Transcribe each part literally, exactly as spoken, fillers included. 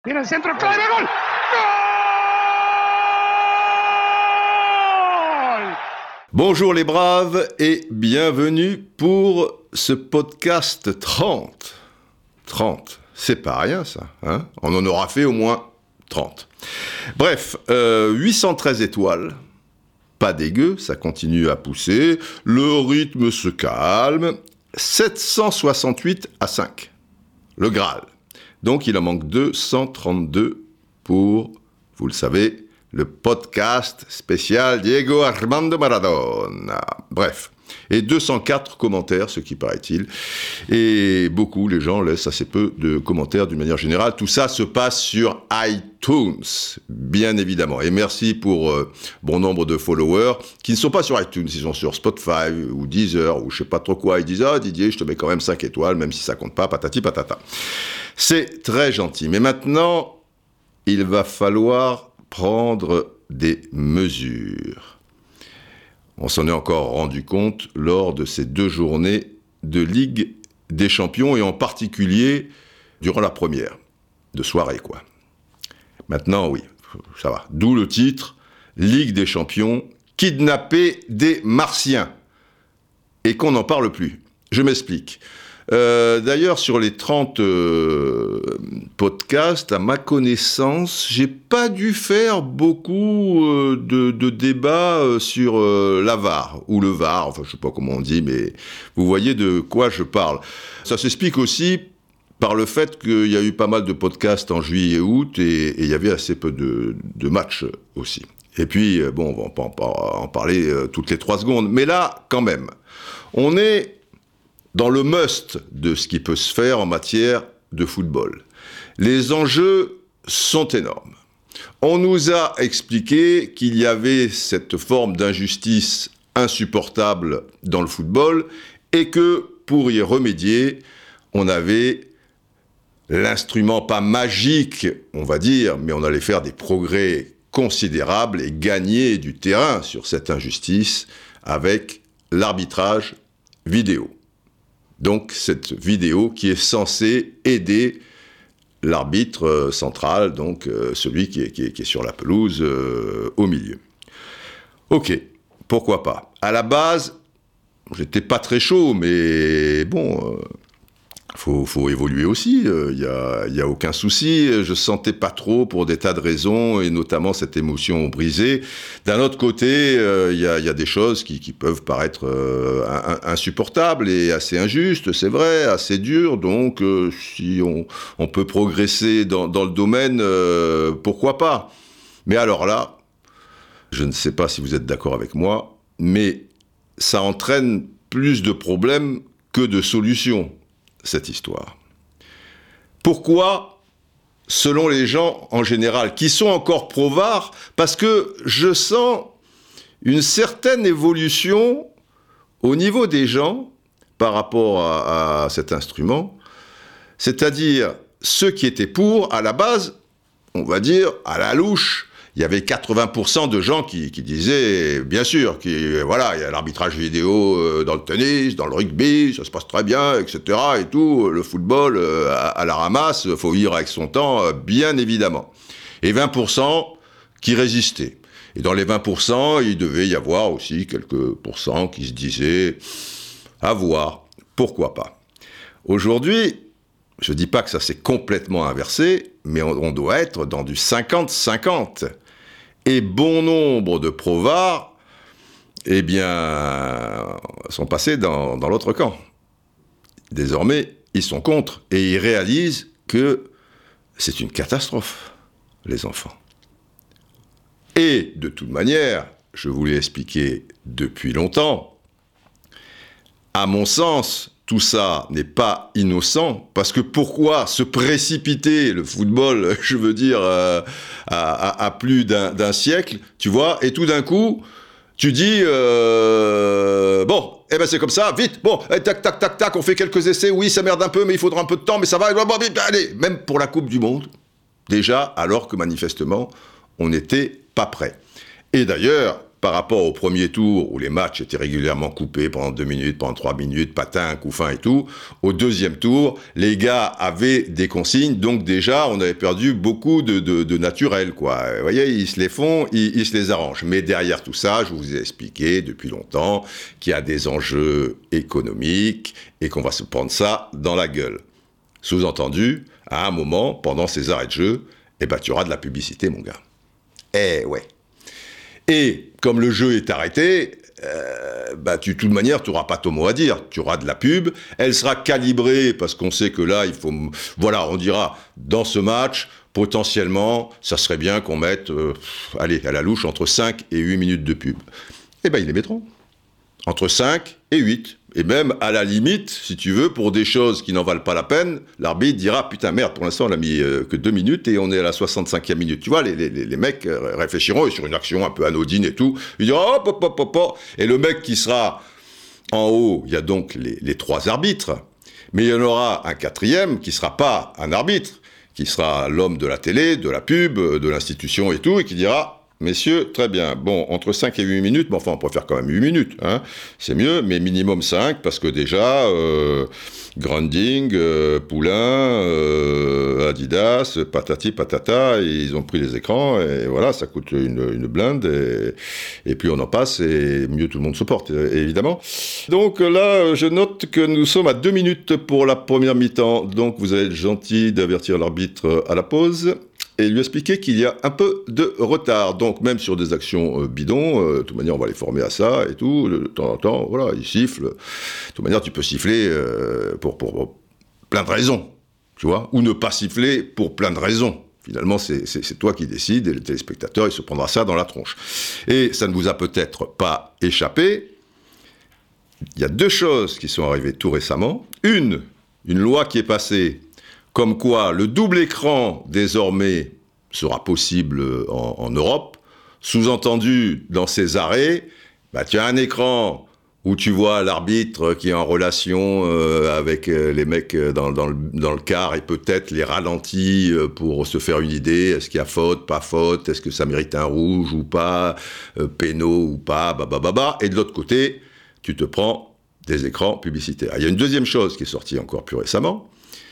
Tira el centro, clave, gol. Gol. Bonjour les braves et bienvenue pour ce podcast trente. trente, c'est pas rien ça, hein, on en aura fait au moins trente. Bref, euh, huit cent treize étoiles, pas dégueu, ça continue à pousser, le rythme se calme, sept cent soixante-huit à cinq, le Graal. Donc il en manque deux cent trente-deux pour, vous le savez, le podcast spécial Diego Armando Maradona. Bref, et deux cent quatre commentaires, ce qui paraît-il. Et beaucoup, les gens laissent assez peu de commentaires d'une manière générale. Tout ça se passe sur iTunes, bien évidemment. Et merci pour euh, bon nombre de followers qui ne sont pas sur iTunes, ils sont sur Spotify ou Deezer ou je sais pas trop quoi. Ils disent « Ah Didier, je te mets quand même cinq étoiles, même si ça compte pas, patati patata ». C'est très gentil. Mais maintenant, il va falloir prendre des mesures. On s'en est encore rendu compte lors de ces deux journées de Ligue des Champions et en particulier durant la première, de soirée quoi. Maintenant, oui, ça va. D'où le titre, Ligue des Champions, kidnapper des Martiens. Et qu'on n'en parle plus. Je m'explique. Euh, d'ailleurs, sur les trente euh, podcasts, à ma connaissance, j'ai pas dû faire beaucoup euh, de, de débats euh, sur euh, la V A R, ou le V A R, enfin je sais pas comment on dit, mais vous voyez de quoi je parle. Ça s'explique aussi par le fait qu'il y a eu pas mal de podcasts en juillet et août, et il y avait assez peu de, de matchs aussi. Et puis, bon, on va pas en, en parler euh, toutes les trois secondes, mais là, quand même, on est dans le must de ce qui peut se faire en matière de football. Les enjeux sont énormes. On nous a expliqué qu'il y avait cette forme d'injustice insupportable dans le football et que pour y remédier, on avait l'instrument pas magique, on va dire, mais on allait faire des progrès considérables et gagner du terrain sur cette injustice avec l'arbitrage vidéo. Donc cette vidéo qui est censée aider l'arbitre central, donc euh, celui qui est, qui, est, qui est sur la pelouse euh, au milieu. Ok, pourquoi pas. À la base, j'étais pas très chaud, mais bon, euh, faut, faut évoluer aussi, il euh, y a, y a aucun souci. Je sentais pas trop pour des tas de raisons, et notamment cette émotion brisée. D'un autre côté, il euh, y, a, y a des choses qui, qui peuvent paraître euh, insupportables et assez injustes, c'est vrai, assez dures. Donc, euh, si on, on peut progresser dans, dans le domaine, euh, pourquoi pas. Mais alors là, je ne sais pas si vous êtes d'accord avec moi, mais ça entraîne plus de problèmes que de solutions, cette histoire. Pourquoi, selon les gens en général, qui sont encore pro-V A R, parce que je sens une certaine évolution au niveau des gens par rapport à, à cet instrument, c'est-à-dire ceux qui étaient pour, à la base, on va dire, à la louche, il y avait quatre-vingts pour cent de gens qui, qui disaient, bien sûr, qui, voilà, il y a l'arbitrage vidéo dans le tennis, dans le rugby, ça se passe très bien, et cetera. Et tout, le football à, à la ramasse, il faut vivre avec son temps, bien évidemment. Et vingt pour cent qui résistaient. Et dans les vingt pour cent, il devait y avoir aussi quelques pourcents qui se disaient, à voir, pourquoi pas. Aujourd'hui, je ne dis pas que ça s'est complètement inversé, mais on, on doit être dans du cinquante cinquante. Et bon nombre de pro-V A R, eh bien, sont passés dans, dans l'autre camp. Désormais, ils sont contre et ils réalisent que c'est une catastrophe, les enfants. Et de toute manière, je vous l'ai expliqué depuis longtemps, à mon sens, tout ça n'est pas innocent, parce que pourquoi se précipiter, le football, je veux dire, euh, à, à, à plus d'un, d'un siècle, tu vois, et tout d'un coup, tu dis, euh, bon, eh ben c'est comme ça, vite, bon, eh, tac, tac, tac, tac, on fait quelques essais, oui, ça merde un peu, mais il faudra un peu de temps, mais ça va, bon, vite, allez, même pour la Coupe du Monde, déjà, alors que manifestement, on n'était pas prêt. Et d'ailleurs, par rapport au premier tour où les matchs étaient régulièrement coupés pendant deux minutes, pendant trois minutes, patin, coup fin et tout, au deuxième tour, les gars avaient des consignes, donc déjà on avait perdu beaucoup de, de, de naturel, quoi. Vous voyez, ils se les font, ils, ils se les arrangent. Mais derrière tout ça, je vous ai expliqué depuis longtemps qu'il y a des enjeux économiques et qu'on va se prendre ça dans la gueule. Sous-entendu, à un moment, pendant ces arrêts de jeu, eh ben, tu auras de la publicité, mon gars. Eh ouais. Et comme le jeu est arrêté, euh, bah, tu, de toute manière, tu n'auras pas ton mot à dire. Tu auras de la pub. Elle sera calibrée parce qu'on sait que là, il faut... Voilà, on dira, dans ce match, potentiellement, ça serait bien qu'on mette, euh, allez, à la louche, entre cinq et huit minutes de pub. Eh bien, ils les mettront. Entre cinq et huit. Et même, à la limite, si tu veux, pour des choses qui n'en valent pas la peine, l'arbitre dira « Putain, merde, pour l'instant, on n'a mis euh, que deux minutes et on est à la soixante-cinquième minute. » Tu vois, les, les, les mecs réfléchiront et sur une action un peu anodine et tout, ils diront « Hop, hop, hop, hop, hop !» Et le mec qui sera en haut, il y a donc les, les trois arbitres, mais il y en aura un quatrième qui ne sera pas un arbitre, qui sera l'homme de la télé, de la pub, de l'institution et tout, et qui dira... Messieurs, très bien. Bon, entre cinq et huit minutes, mais enfin, on peut faire quand même huit minutes, hein. C'est mieux, mais minimum cinq, parce que déjà, euh, Grunding, euh, Poulain, euh, Adidas, patati patata, ils ont pris les écrans, et voilà, ça coûte une, une blinde, et, et plus on en passe, et mieux tout le monde se porte, évidemment. Donc là, je note que nous sommes à deux minutes pour la première mi-temps, donc vous allez être gentil d'avertir l'arbitre à la pause. Et lui expliquer qu'il y a un peu de retard. Donc, même sur des actions euh, bidons, euh, de toute manière, on va les former à ça et tout. De temps en temps, voilà, ils sifflent. De toute manière, tu peux siffler euh, pour, pour, pour plein de raisons, tu vois, ou ne pas siffler pour plein de raisons. Finalement, c'est, c'est, c'est toi qui décides et le téléspectateur, il se prendra ça dans la tronche. Et ça ne vous a peut-être pas échappé. Il y a deux choses qui sont arrivées tout récemment. Une, une loi qui est passée... Comme quoi, le double écran, désormais, sera possible en, en Europe. Sous-entendu, dans ces arrêts, bah, tu as un écran où tu vois l'arbitre qui est en relation euh, avec euh, les mecs dans, dans, le, dans le car et peut-être les ralentis euh, pour se faire une idée. Est-ce qu'il y a faute, pas faute? Est-ce que ça mérite un rouge ou pas? euh, Pénaux ou pas? Bah, bah, bah, bah. Et de l'autre côté, tu te prends des écrans publicitaires. Il y a une deuxième chose qui est sortie encore plus récemment,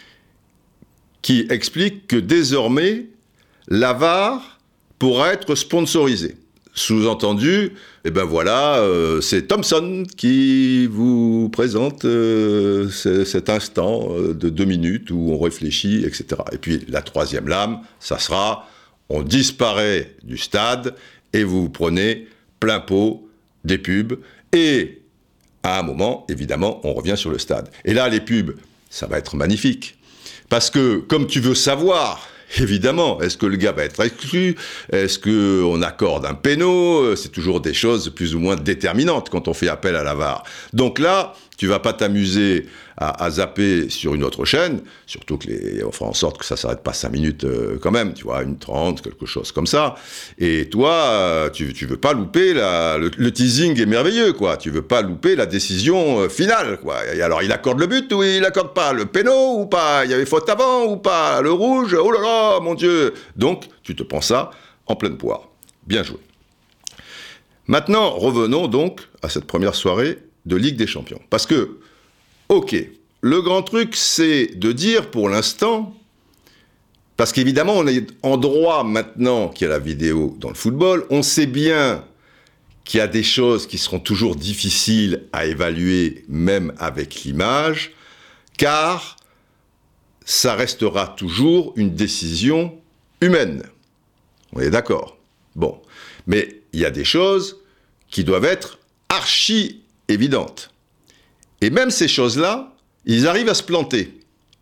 qui explique que désormais, la V A R pourra être sponsorisée. Sous-entendu, eh ben voilà, euh, c'est Thomson qui vous présente euh, c- cet instant euh, de deux minutes où on réfléchit, et cetera. Et puis la troisième lame, ça sera, on disparaît du stade et vous vous prenez plein pot des pubs. Et à un moment, évidemment, on revient sur le stade. Et là, les pubs, ça va être magnifique. Parce que, comme tu veux savoir, évidemment, est-ce que le gars va être exclu? Est-ce qu'on accorde un péno? C'est toujours des choses plus ou moins déterminantes quand on fait appel à la V A R. Donc là, tu vas pas t'amuser à, à zapper sur une autre chaîne, surtout que les, on fera en sorte que ça s'arrête pas cinq minutes euh, quand même, tu vois, une trente, quelque chose comme ça. Et toi, euh, tu, tu veux pas louper la, le, le teasing est merveilleux, quoi. Tu veux pas louper la décision euh, finale, quoi. Et alors, il accorde le but ou il accorde pas? Le péno ou pas? Il y avait faute avant ou pas? Le rouge? Oh là là, mon Dieu! Donc, tu te prends ça en pleine poire. Bien joué. Maintenant, revenons donc à cette première soirée de Ligue des Champions. Parce que, ok, le grand truc, c'est de dire pour l'instant, parce qu'évidemment, on est en droit maintenant qu'il y a la vidéo dans le football, on sait bien qu'il y a des choses qui seront toujours difficiles à évaluer, même avec l'image, car ça restera toujours une décision humaine. On est d'accord? Bon. Mais il y a des choses qui doivent être archi évidentes. Et même ces choses-là, ils arrivent à se planter.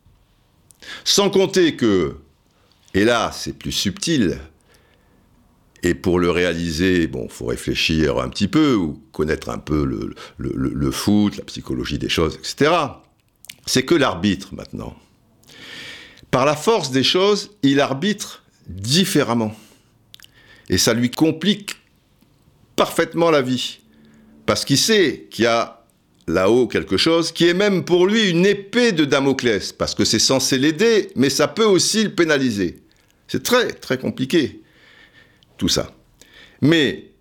Sans compter que, et là, c'est plus subtil, et pour le réaliser, bon, il faut réfléchir un petit peu, ou connaître un peu le, le, le, le foot, la psychologie des choses, et cetera. C'est que l'arbitre, maintenant, par la force des choses, il arbitre différemment. Et ça lui complique parfaitement la vie. Parce qu'il sait qu'il y a là-haut quelque chose qui est même pour lui une épée de Damoclès. Parce que c'est censé l'aider, mais ça peut aussi le pénaliser. C'est très, très compliqué, tout ça. Mais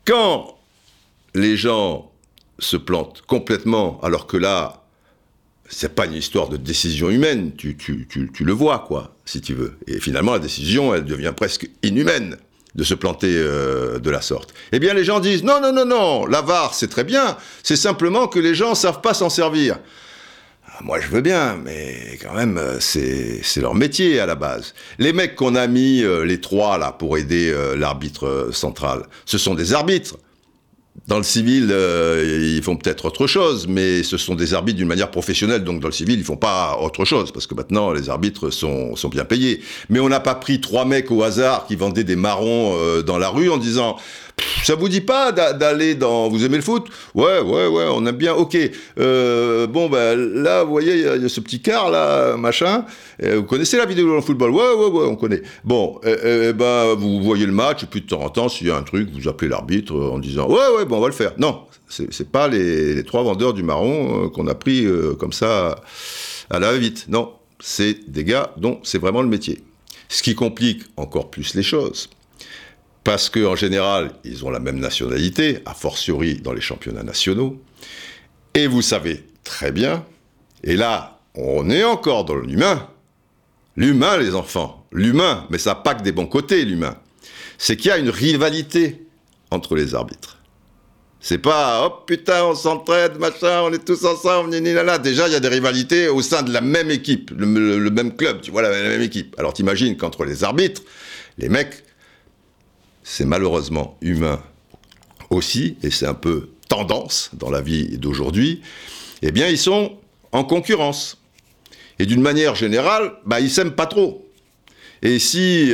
Quand les gens se plantent complètement, alors que là, c'est pas une histoire de décision humaine, tu, tu, tu, tu le vois, quoi, si tu veux. Et finalement, la décision, elle devient presque inhumaine de se planter euh, de la sorte. Eh bien, les gens disent, non, non, non, non, la V A R, c'est très bien, c'est simplement que les gens ne savent pas s'en servir. Ah, moi, je veux bien, mais quand même, c'est, c'est leur métier à la base. Les mecs qu'on a mis, euh, les trois, là, pour aider euh, l'arbitre euh, central, ce sont des arbitres. Dans le civil, euh, ils font peut-être autre chose, mais ce sont des arbitres d'une manière professionnelle, donc dans le civil, ils font pas autre chose, parce que maintenant, les arbitres sont, sont bien payés. Mais on n'a pas pris trois mecs au hasard qui vendaient des marrons euh, dans la rue en disant « Ça vous dit pas d'aller dans... Vous aimez le foot ? Ouais, ouais, ouais, on aime bien, ok. Euh, bon, ben là, vous voyez, il y, y a ce petit quart, là, machin. Euh, vous connaissez la vidéo dans le football ? Ouais, ouais, ouais, on connaît. Bon, euh, euh, ben, vous voyez le match, et puis de temps en temps, s'il y a un truc, vous appelez l'arbitre en disant « Ouais, ouais, bon, on va le faire. » Non, c'est, c'est pas les, les trois vendeurs du marron euh, qu'on a pris euh, comme ça à la va-vite. Non, c'est des gars dont c'est vraiment le métier. Ce qui complique encore plus les choses. Parce qu'en général, ils ont la même nationalité, a fortiori dans les championnats nationaux. Et vous savez très bien, et là, on est encore dans l'humain. L'humain, les enfants, l'humain, mais ça n'a pas que des bons côtés, l'humain. C'est qu'il y a une rivalité entre les arbitres. C'est pas, oh putain, on s'entraide, machin, on est tous ensemble, ni, ni, là, là. Déjà, il y a des rivalités au sein de la même équipe, le, le, le même club, tu vois, la, la même équipe. Alors t'imagines qu'entre les arbitres, les mecs, c'est malheureusement humain aussi, et c'est un peu tendance dans la vie d'aujourd'hui, eh bien, ils sont en concurrence. Et d'une manière générale, bah, ils s'aiment pas trop. Et si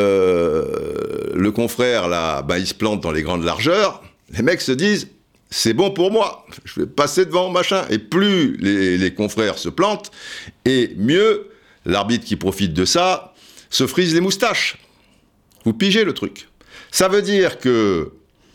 euh, le confrère, là, bah, il se plante dans les grandes largeurs, les mecs se disent, c'est bon pour moi, je vais passer devant, machin. Et plus les, les confrères se plantent, et mieux l'arbitre qui profite de ça se frise les moustaches. Vous pigez le truc. Ça veut dire que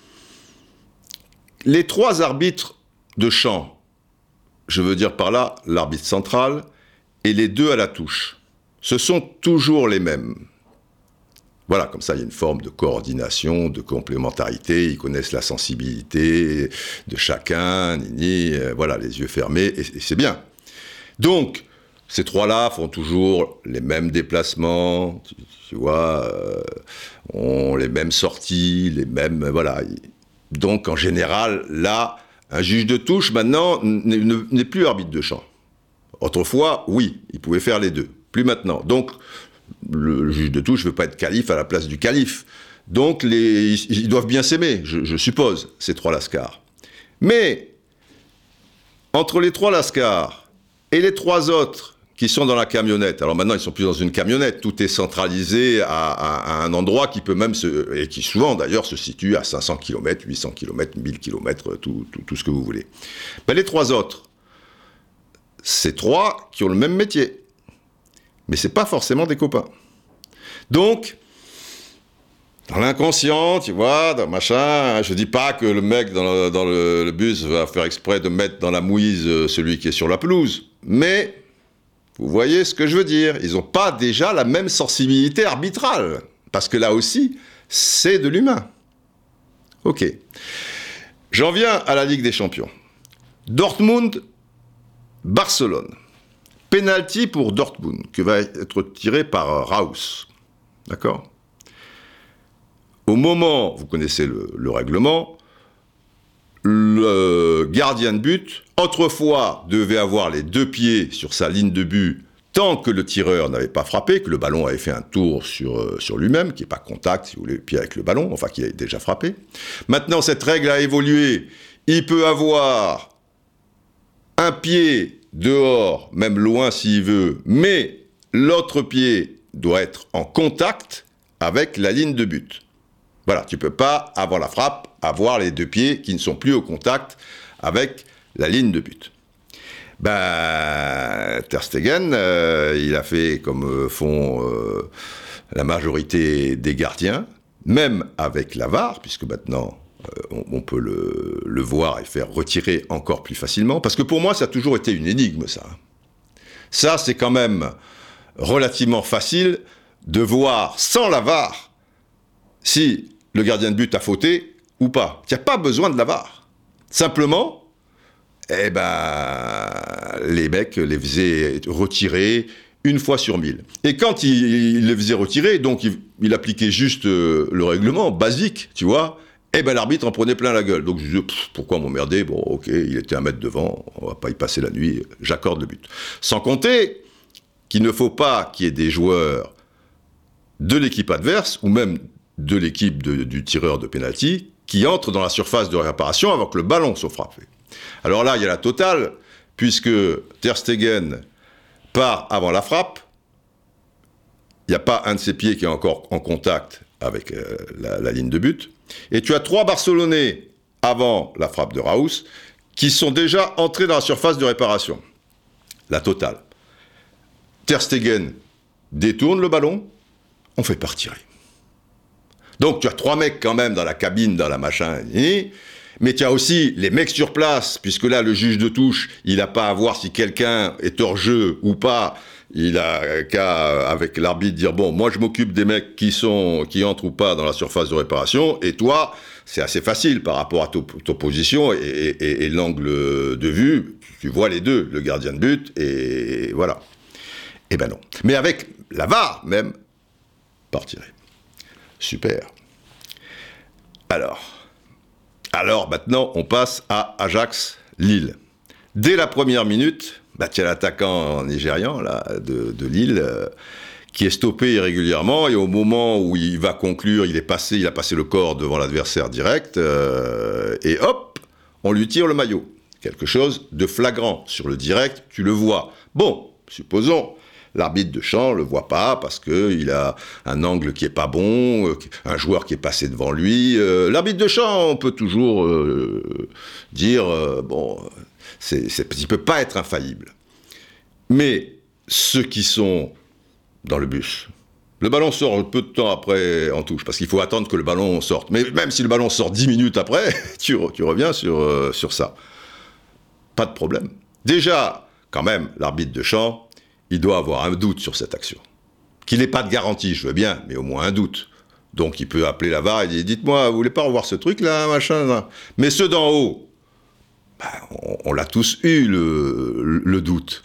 les trois arbitres de champ, je veux dire par là l'arbitre central et les deux à la touche, ce sont toujours les mêmes. Voilà, comme ça il y a une forme de coordination, de complémentarité, ils connaissent la sensibilité de chacun, ni, ni, voilà, les yeux fermés, et, et c'est bien. Donc, ces trois-là font toujours les mêmes déplacements, tu, tu vois, euh, ont les mêmes sorties, les mêmes... Voilà. Donc, en général, là, un juge de touche, maintenant, n'est, n'est plus arbitre de champ. Autrefois, oui, il pouvait faire les deux. Plus maintenant. Donc, le juge de touche ne veut pas être calife à la place du calife. Donc, les, ils, ils doivent bien s'aimer, je, je suppose, ces trois lascars. Mais, entre les trois lascars et les trois autres qui sont dans la camionnette. Alors maintenant, ils sont plus dans une camionnette. Tout est centralisé à, à, à un endroit qui peut même se... et qui souvent, d'ailleurs, se situe à cinq cents kilomètres, huit cents kilomètres, mille kilomètres, tout, tout, tout ce que vous voulez. Ben, les trois autres, c'est trois qui ont le même métier. Mais c'est pas forcément des copains. Donc, dans l'inconscient, tu vois, dans machin, je dis pas que le mec dans le, dans le, le bus va faire exprès de mettre dans la mouise celui qui est sur la pelouse. Mais... vous voyez ce que je veux dire ? Ils n'ont pas déjà la même sensibilité arbitrale. Parce que là aussi, c'est de l'humain. Ok. J'en viens à la Ligue des Champions. Dortmund, Barcelone. Penalty pour Dortmund, qui va être tiré par Raus. D'accord ? Au moment, vous connaissez le, le règlement, le gardien de but, autrefois, devait avoir les deux pieds sur sa ligne de but tant que le tireur n'avait pas frappé, que le ballon avait fait un tour sur, euh, sur lui-même, qu'il n'y ait pas contact, si vous voulez, le pied avec le ballon, enfin qu'il ait déjà frappé. Maintenant, cette règle a évolué. Il peut avoir un pied dehors, même loin s'il veut, mais l'autre pied doit être en contact avec la ligne de but. Voilà, tu ne peux pas, avant la frappe, avoir les deux pieds qui ne sont plus au contact avec la ligne de but. Ben, Ter Stegen, euh, il a fait comme euh, font euh, la majorité des gardiens, même avec la V A R, puisque maintenant euh, on, on peut le, le voir et faire retirer encore plus facilement, parce que pour moi ça a toujours été une énigme, ça. Ça, c'est quand même relativement facile de voir sans la V A R si le gardien de but a fauté ou pas. Il n'y a pas besoin de la V A R. Simplement, eh ben, les mecs les faisaient retirer une fois sur mille. Et quand il, il les faisait retirer, donc il, il appliquait juste euh, le règlement basique, tu vois, eh ben l'arbitre en prenait plein la gueule. Donc je disais, pff, pourquoi m'emmerder? Bon, ok, il était un mètre devant, on va pas y passer la nuit, j'accorde le but. Sans compter qu'il ne faut pas qu'il y ait des joueurs de l'équipe adverse, ou même de l'équipe de, du tireur de pénalty, qui entrent dans la surface de réparation avant que le ballon soit frappé. Alors là, il y a la totale, puisque Ter Stegen part avant la frappe, il n'y a pas un de ses pieds qui est encore en contact avec euh, la, la ligne de but, et tu as trois Barcelonais avant la frappe de Raus qui sont déjà entrés dans la surface de réparation. La totale. Ter Stegen détourne le ballon, on fait pas retirer. Donc tu as trois mecs quand même dans la cabine, dans la machin, mais tu as aussi les mecs sur place, puisque là le juge de touche, il n'a pas à voir si quelqu'un est hors jeu ou pas, il a qu'à, avec l'arbitre, dire bon, moi je m'occupe des mecs qui sont, qui entrent ou pas dans la surface de réparation, et toi, c'est assez facile par rapport à ta position et, et, et l'angle de vue, tu vois les deux, le gardien de but, et voilà. Eh ben non. Mais avec la V A R même, pas retiré. Super. Alors, alors maintenant, on passe à Ajax-Lille. Dès la première minute, bah, tu as l'attaquant nigérian là, de, de Lille euh, qui est stoppé irrégulièrement, et au moment où il va conclure, il est passé, il a passé le corps devant l'adversaire direct, euh, et hop, on lui tire le maillot. Quelque chose de flagrant. Sur le direct, tu le vois. Bon, supposons... L'arbitre de champ ne le voit pas parce qu'il a un angle qui n'est pas bon, un joueur qui est passé devant lui. Euh, l'arbitre de champ, on peut toujours euh, dire, euh, bon, c'est, c'est, il ne peut pas être infaillible. Mais ceux qui sont dans le bus, le ballon sort peu de temps après en touche, parce qu'il faut attendre que le ballon sorte. Mais même si le ballon sort dix minutes après, tu, tu reviens sur, euh, sur ça. Pas de problème. Déjà, quand même, l'arbitre de champ, il doit avoir un doute sur cette action. Qu'il n'ait pas de garantie, je veux bien, mais au moins un doute. Donc il peut appeler la V A R et dire, dites-moi, vous voulez pas revoir ce truc-là, machin, là. Mais ceux d'en haut, ben, on, on l'a tous eu, le, le doute.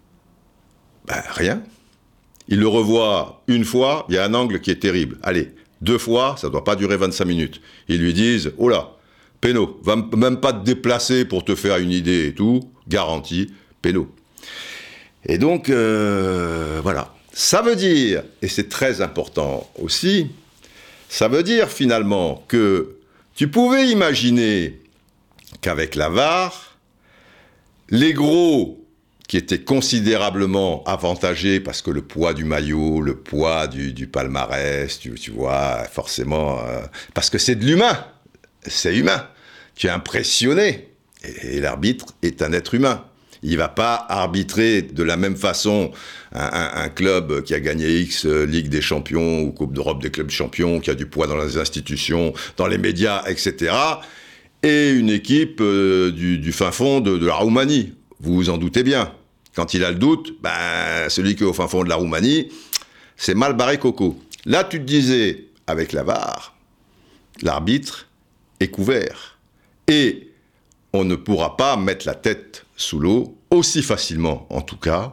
Ben, rien. Il le revoit une fois, il y a un angle qui est terrible. Allez, deux fois, ça ne doit pas durer vingt-cinq minutes. Ils lui disent, oh là, péno, va même pas te déplacer pour te faire une idée et tout, garantie, péno. Et donc, euh, voilà. Ça veut dire, et c'est très important aussi, ça veut dire finalement que tu pouvais imaginer qu'avec la V A R, les gros qui étaient considérablement avantagés parce que le poids du maillot, le poids du, du palmarès, tu, tu vois, forcément, euh, parce que c'est de l'humain, c'est humain, tu es impressionné, et, et l'arbitre est un être humain. Il ne va pas arbitrer de la même façon un, un, un club qui a gagné X euh, Ligue des Champions ou Coupe d'Europe des clubs champions, qui a du poids dans les institutions, dans les médias, et cetera, et une équipe euh, du, du fin fond de, de la Roumanie. Vous vous en doutez bien. Quand il a le doute, ben, celui qui est au fin fond de la Roumanie, c'est mal barré coco. Là, tu te disais, avec la V A R, l'arbitre est couvert. Et on ne pourra pas mettre la tête sous l'eau aussi facilement, en tout cas,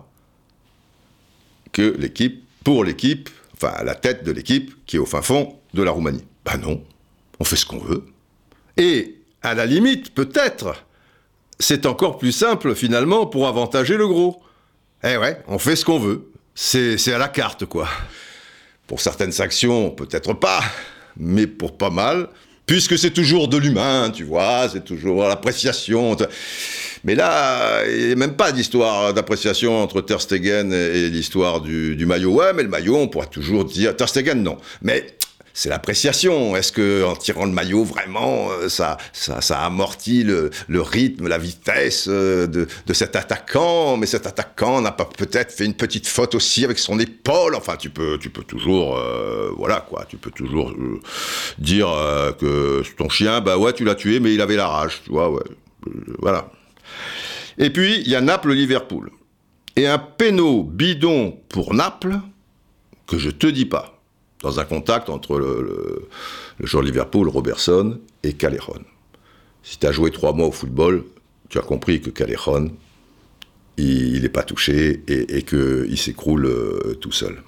que l'équipe, pour l'équipe, enfin la tête de l'équipe qui est au fin fond de la Roumanie. Ben non, on fait ce qu'on veut. Et à la limite, peut-être, c'est encore plus simple finalement pour avantager le gros. Eh ouais, on fait ce qu'on veut. C'est, c'est à la carte, quoi. Pour certaines sanctions, peut-être pas, mais pour pas mal... Puisque c'est toujours de l'humain, tu vois, c'est toujours l'appréciation. Mais là, il n'y a même pas d'histoire d'appréciation entre Ter Stegen et l'histoire du, du maillot. Ouais, mais le maillot, on pourra toujours dire... Ter Stegen, non. Mais c'est l'appréciation. Est-ce qu'en tirant le maillot, vraiment, ça, ça, ça amortit le, le rythme, la vitesse de, de cet attaquant? Mais cet attaquant n'a pas peut-être fait une petite faute aussi avec son épaule? Enfin, tu peux, tu peux toujours... Euh, voilà, quoi. Tu peux toujours euh, dire euh, que ton chien, bah ouais, tu l'as tué, mais il avait la rage, tu vois, ouais. Euh, voilà. Et puis, il y a dans un contact entre le, le, le joueur de Liverpool, Robertson, et Callejon. Si tu as joué trois mois au football, tu as compris que Callejon, il n'est pas touché et, et qu'il s'écroule euh, tout seul.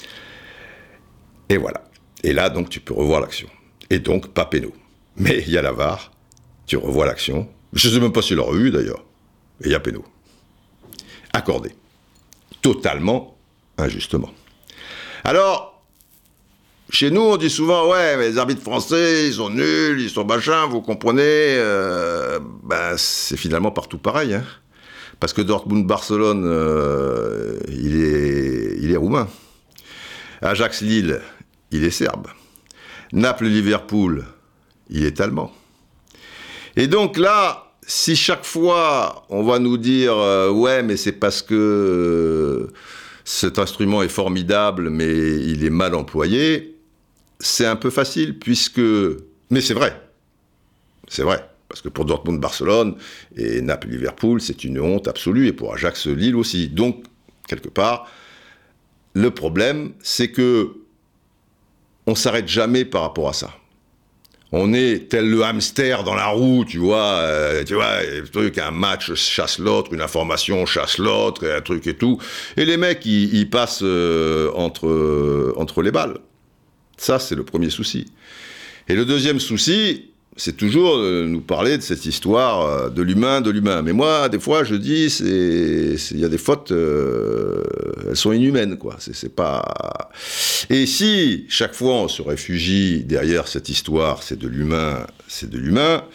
Et voilà. Et là, donc, tu peux revoir l'action. Et donc, pas péno. Mais il y a la V A R, tu revois l'action. Je ne sais même pas s'il l'aurait eu, d'ailleurs. Et il y a péno. Accordé. Totalement injustement. Alors, chez nous, on dit souvent, ouais, mais les arbitres français, ils sont nuls, ils sont machins, vous comprenez. Euh, ben, c'est finalement partout pareil, hein. Parce que Dortmund-Barcelone, euh, il est, il est roumain. Ajax-Lille, il est serbe. Naples-Liverpool, il est allemand. Et donc là, si chaque fois on va nous dire euh, ouais, mais c'est parce que euh, cet instrument est formidable, mais il est mal employé, c'est un peu facile, puisque... Mais c'est vrai. C'est vrai. Parce que pour Dortmund-Barcelone et Naples-Liverpool, c'est une honte absolue, et pour Ajax-Lille aussi. Donc, quelque part, le problème, c'est que on ne s'arrête jamais par rapport à ça. On est tel le hamster dans la roue, tu vois, euh, tu vois, un truc, un match chasse l'autre, une information chasse l'autre, et un truc et tout. Et les mecs, ils, ils passent euh, entre, euh, entre les balles. Ça, c'est le premier souci. Et le deuxième souci, c'est toujours de nous parler de cette histoire de l'humain, de l'humain. Mais moi, des fois, je dis, c'est, il y a des fautes, euh, elles sont inhumaines, quoi. C'est, c'est pas... Et si, chaque fois, on se réfugie derrière cette histoire, c'est de l'humain, c'est de l'humain,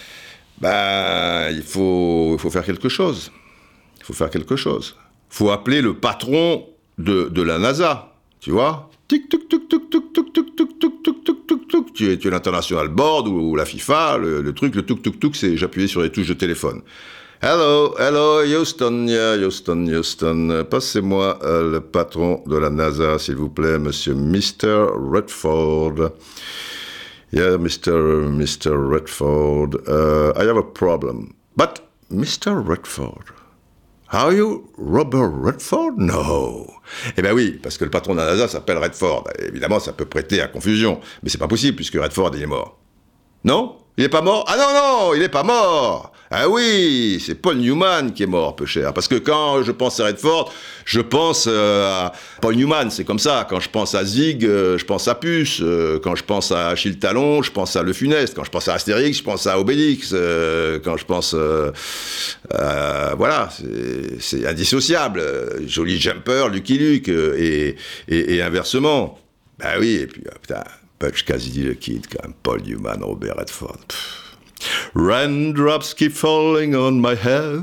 ben, il faut, il faut faire quelque chose. Il faut faire quelque chose. Il faut appeler le patron de, de la NASA, tu vois. Tic, tic, tic, tic, tic, tic, tic, tic, tic, tic, tic, tic, tic. Tu es, tu es l'International Board ou, ou la FIFA, le, le truc, le tuk tuk tuk, c'est j'appuyais sur les touches de téléphone. Hello, hello, Houston, yeah, Houston, Houston. Passez-moi euh, le patron de la NASA, s'il vous plaît, monsieur mister Redford. Yeah, mister mister Redford, uh, I have a problem. But, mister Redford, are you Robert Redford? No. Eh bien oui, parce que le patron de la NASA s'appelle Redford. Évidemment, ça peut prêter à confusion. Mais c'est pas possible, puisque Redford, il est mort. Non? Il est pas mort? Ah non, non, il est pas mort! Ah oui, c'est Paul Newman qui est mort, peu cher. Parce que quand je pense à Redford, je pense euh, à Paul Newman, c'est comme ça. Quand je pense à Zig, euh, je pense à Puce. Euh, quand je pense à Achille Talon, je pense à Le Funeste. Quand je pense à Astérix, je pense à Obélix. Euh, quand je pense... Euh, euh, voilà, c'est, c'est indissociable. Joli Jumper, Lucky Luke, euh, et, et, et inversement. Ben oui, et puis, euh, putain, Butch Cassidy le Kid, quand même, Paul Newman, Robert Redford. Pff. Raindrops keep falling on my head,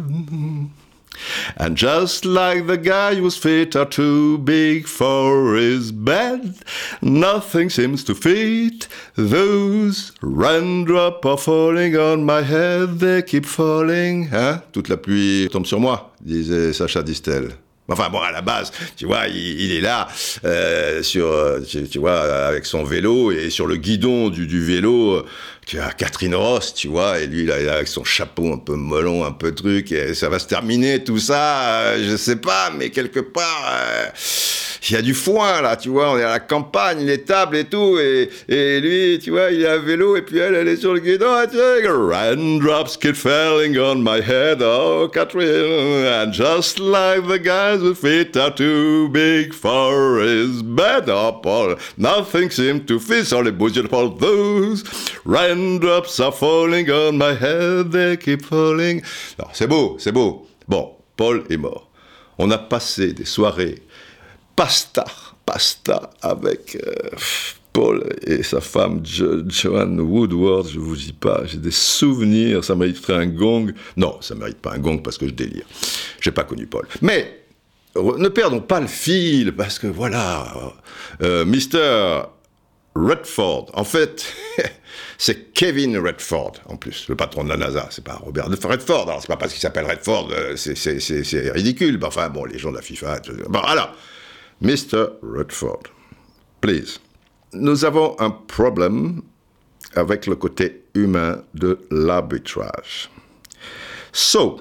and just like the guy whose feet are too big for his bed, nothing seems to fit. Those raindrops are falling on my head, they keep falling. Hein? Toute la pluie tombe sur moi, disait Sacha Distel. Enfin bon, à la base, tu vois, il, il est là, euh, sur, tu, tu vois, avec son vélo, et sur le guidon du, du vélo, tu as Catherine Ross, tu vois, et lui, là, il est avec son chapeau un peu melon, un peu truc, et ça va se terminer, tout ça, euh, je sais pas, mais quelque part, euh, il y a du foin, là, tu vois, on est à la campagne, l'étable et tout, et, et lui, tu vois, il est à vélo, et puis elle, elle est sur le guidon, et tu vois, raindrops keep falling on my head, oh, Catherine, and just like the guys with feet are too big for his bed, oh, Paul, nothing seems to fit, sur les beaux yeux de Paul, those raindrops are falling on my head, they keep falling. Non, c'est beau, c'est beau. Bon, Paul est mort. On a passé des soirées pasta, pasta avec euh, Paul et sa femme jo- Joanne Woodward, je vous dis pas, j'ai des souvenirs, ça mériterait un gong. Non, ça mérite pas un gong parce que je délire. J'ai pas connu Paul. Mais ne perdons pas le fil, parce que voilà, euh, mister Redford, en fait, c'est Kevin Redford, en plus, le patron de la NASA, c'est pas Robert Redford, alors c'est pas parce qu'il s'appelle Redford, c'est, c'est, c'est, c'est ridicule, mais enfin, bon, les gens de la FIFA, bon, alors, mister Redford, please, nous avons un problème avec le côté humain de l'arbitrage. So,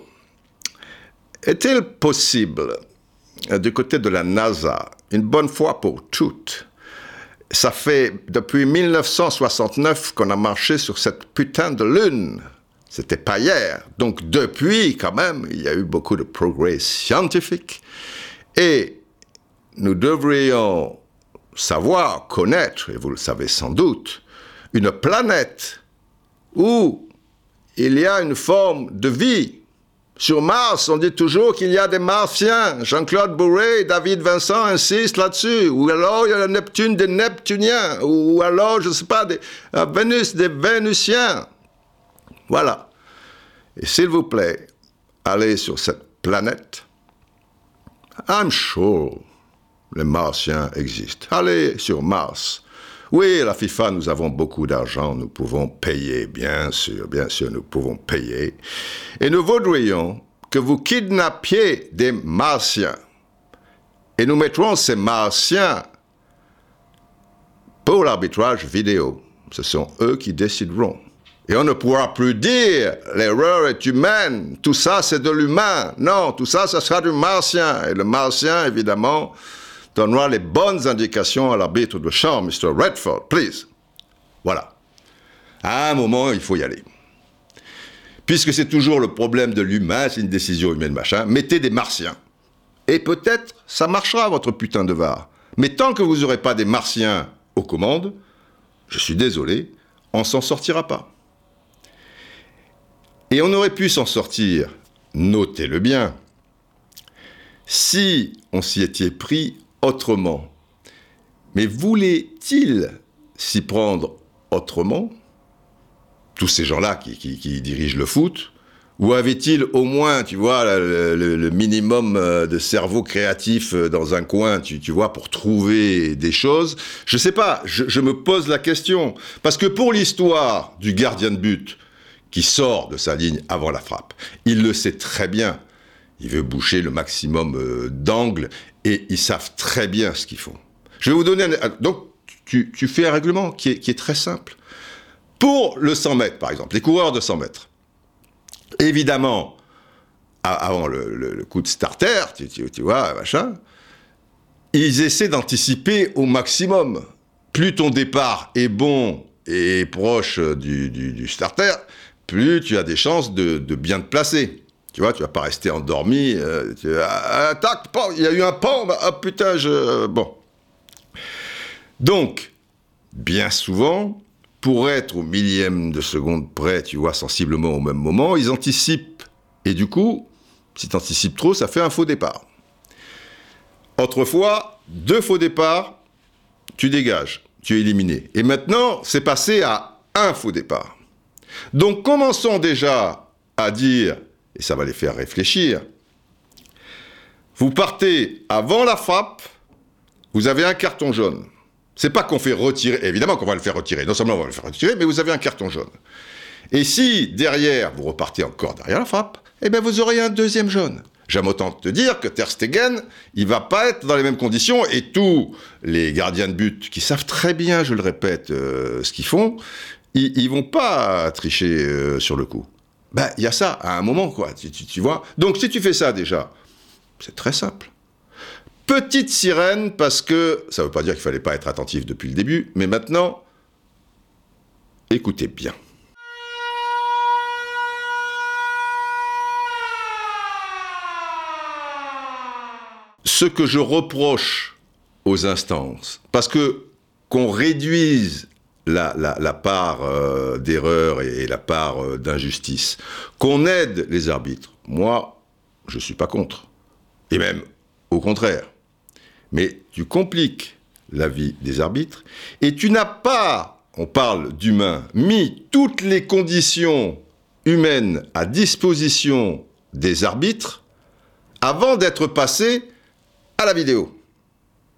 est-il possible, du côté de la NASA, une bonne fois pour toutes, ça fait depuis mille neuf cent soixante-neuf qu'on a marché sur cette putain de lune. C'était pas hier. Donc depuis, quand même, il y a eu beaucoup de progrès scientifiques. Et nous devrions savoir, connaître, et vous le savez sans doute, une planète où il y a une forme de vie. Sur Mars, on dit toujours qu'il y a des Martiens. Jean-Claude Bourret et David Vincent insistent là-dessus. Ou alors il y a la Neptune des Neptuniens. Ou alors, je ne sais pas, des, euh, Vénus des Vénusiens. Voilà. Et s'il vous plaît, allez sur cette planète. I'm sure les Martiens existent. Allez sur Mars. Oui, la FIFA, nous avons beaucoup d'argent, nous pouvons payer, bien sûr, bien sûr, nous pouvons payer. Et nous voudrions que vous kidnappiez des Martiens. Et nous mettrons ces Martiens pour l'arbitrage vidéo. Ce sont eux qui décideront. Et on ne pourra plus dire « l'erreur est humaine », tout ça c'est de l'humain. Non, tout ça, ça sera du Martien. Et le Martien, évidemment, donnera les bonnes indications à l'arbitre de champ, mister Redford, please. Voilà. À un moment, il faut y aller. Puisque c'est toujours le problème de l'humain, c'est une décision humaine, machin, mettez des Martiens. Et peut-être, ça marchera, votre putain de V A R. Mais tant que vous n'aurez pas des Martiens aux commandes, je suis désolé, on ne s'en sortira pas. Et on aurait pu s'en sortir, notez-le bien, si on s'y était pris autrement. Mais voulait-il s'y prendre autrement, tous ces gens-là qui, qui, qui dirigent le foot, ou avait-il au moins, tu vois, le, le, le minimum de cerveau créatif dans un coin, tu, tu vois, pour trouver des choses? Je sais pas, je, je me pose la question. Parce que pour l'histoire du gardien de but qui sort de sa ligne avant la frappe, il le sait très bien. Il veut boucher le maximum euh, d'angles et ils savent très bien ce qu'ils font. Je vais vous donner un... Donc, tu, tu fais un règlement qui est, qui est très simple. Pour le cent mètres, par exemple, les coureurs de cent mètres, évidemment, avant le, le, le coup de starter, tu, tu, tu vois, machin, ils essaient d'anticiper au maximum. Plus ton départ est bon et proche du, du, du starter, plus tu as des chances de, de bien te placer. Tu vois, tu vas pas rester endormi. Euh, tu, ah, tac, il y a eu un pan, bah, oh putain, je... Euh, bon. Donc, bien souvent, pour être au millième de seconde près, tu vois, sensiblement au même moment, ils anticipent. Et du coup, si tu anticipes trop, ça fait un faux départ. Autrefois, deux faux départs, tu dégages, tu es éliminé. Et maintenant, c'est passé à un faux départ. Donc, commençons déjà à dire, et ça va les faire réfléchir, vous partez avant la frappe, vous avez un carton jaune. C'est pas qu'on fait retirer, évidemment qu'on va le faire retirer, non seulement on va le faire retirer, mais vous avez un carton jaune. Et si, derrière, vous repartez encore derrière la frappe, eh bien vous aurez un deuxième jaune. J'aime autant te dire que Ter Stegen, il va pas être dans les mêmes conditions, et tous les gardiens de but, qui savent très bien, je le répète, euh, ce qu'ils font, ils, ils vont pas tricher euh, sur le coup. Ben, il y a ça, à un moment, quoi, tu, tu, tu vois. Donc, si tu fais ça, déjà, c'est très simple. Petite sirène, parce que, ça ne veut pas dire qu'il ne fallait pas être attentif depuis le début, mais maintenant, écoutez bien. Ce que je reproche aux instances, parce que qu'on réduise la, la, la part euh, d'erreur et, et la part euh, d'injustice, qu'on aide les arbitres, moi, je ne suis pas contre. Et même, au contraire. Mais tu compliques la vie des arbitres et tu n'as pas, on parle d'humain, mis toutes les conditions humaines à disposition des arbitres avant d'être passé à la vidéo. D'accord ?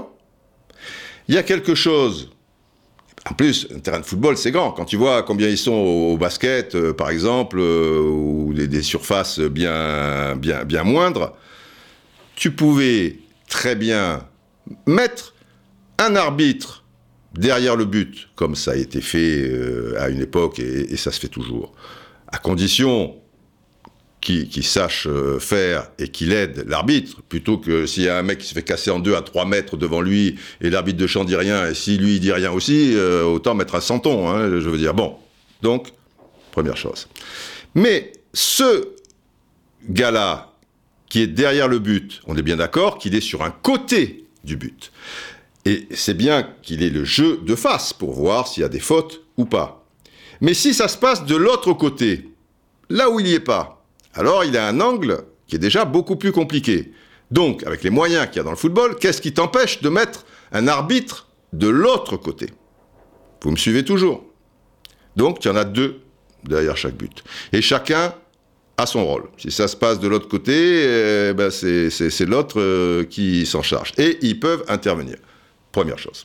Il y a quelque chose. En plus, un terrain de football, c'est grand. Quand tu vois combien ils sont au basket, euh, par exemple, euh, ou des, des surfaces bien, bien, bien moindres, tu pouvais très bien mettre un arbitre derrière le but, comme ça a été fait euh, à une époque, et, et ça se fait toujours, à condition qui, qui sache euh, faire et qui l'aide l'arbitre, plutôt que s'il y a un mec qui se fait casser en deux à trois mètres devant lui et l'arbitre de champ dit rien, et si lui il dit rien aussi, euh, autant mettre un centon, hein, je veux dire. Bon, donc, première chose. Mais ce gars-là, qui est derrière le but, on est bien d'accord qu'il est sur un côté du but. Et c'est bien qu'il ait le jeu de face pour voir s'il y a des fautes ou pas. Mais si ça se passe de l'autre côté, là où il n'y est pas, alors il a un angle qui est déjà beaucoup plus compliqué. Donc, avec les moyens qu'il y a dans le football, qu'est-ce qui t'empêche de mettre un arbitre de l'autre côté? Vous me suivez toujours? Donc, il y en a deux derrière chaque but. Et chacun a son rôle. Si ça se passe de l'autre côté, eh ben c'est, c'est, c'est l'autre euh, qui s'en charge. Et ils peuvent intervenir. Première chose.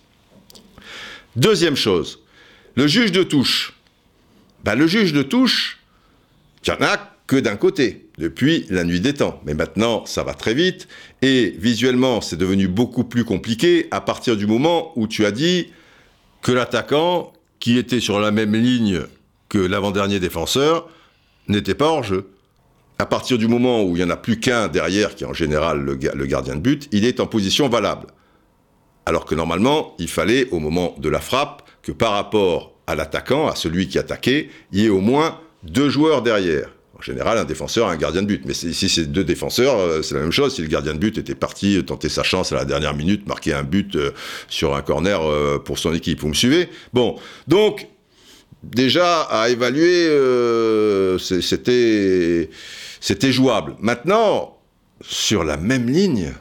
Deuxième chose, le juge de touche. Ben, le juge de touche, il n'y en a que d'un côté, depuis la nuit des temps. Mais maintenant, ça va très vite, et visuellement, c'est devenu beaucoup plus compliqué à partir du moment où tu as dit que l'attaquant, qui était sur la même ligne que l'avant-dernier défenseur, n'était pas hors jeu. À partir du moment où il n'y en a plus qu'un derrière, qui est en général le, ga- le gardien de but, il est en position valable. Alors que normalement, il fallait, au moment de la frappe, que par rapport à l'attaquant, à celui qui attaquait, il y ait au moins deux joueurs derrière. En général, un défenseur et un gardien de but. Mais si c'est deux défenseurs, c'est la même chose. Si le gardien de but était parti tenter sa chance à la dernière minute, marquer un but sur un corner pour son équipe. Vous me suivez? Bon, donc, déjà, à évaluer, euh, c'était, c'était jouable. Maintenant, sur la même ligne,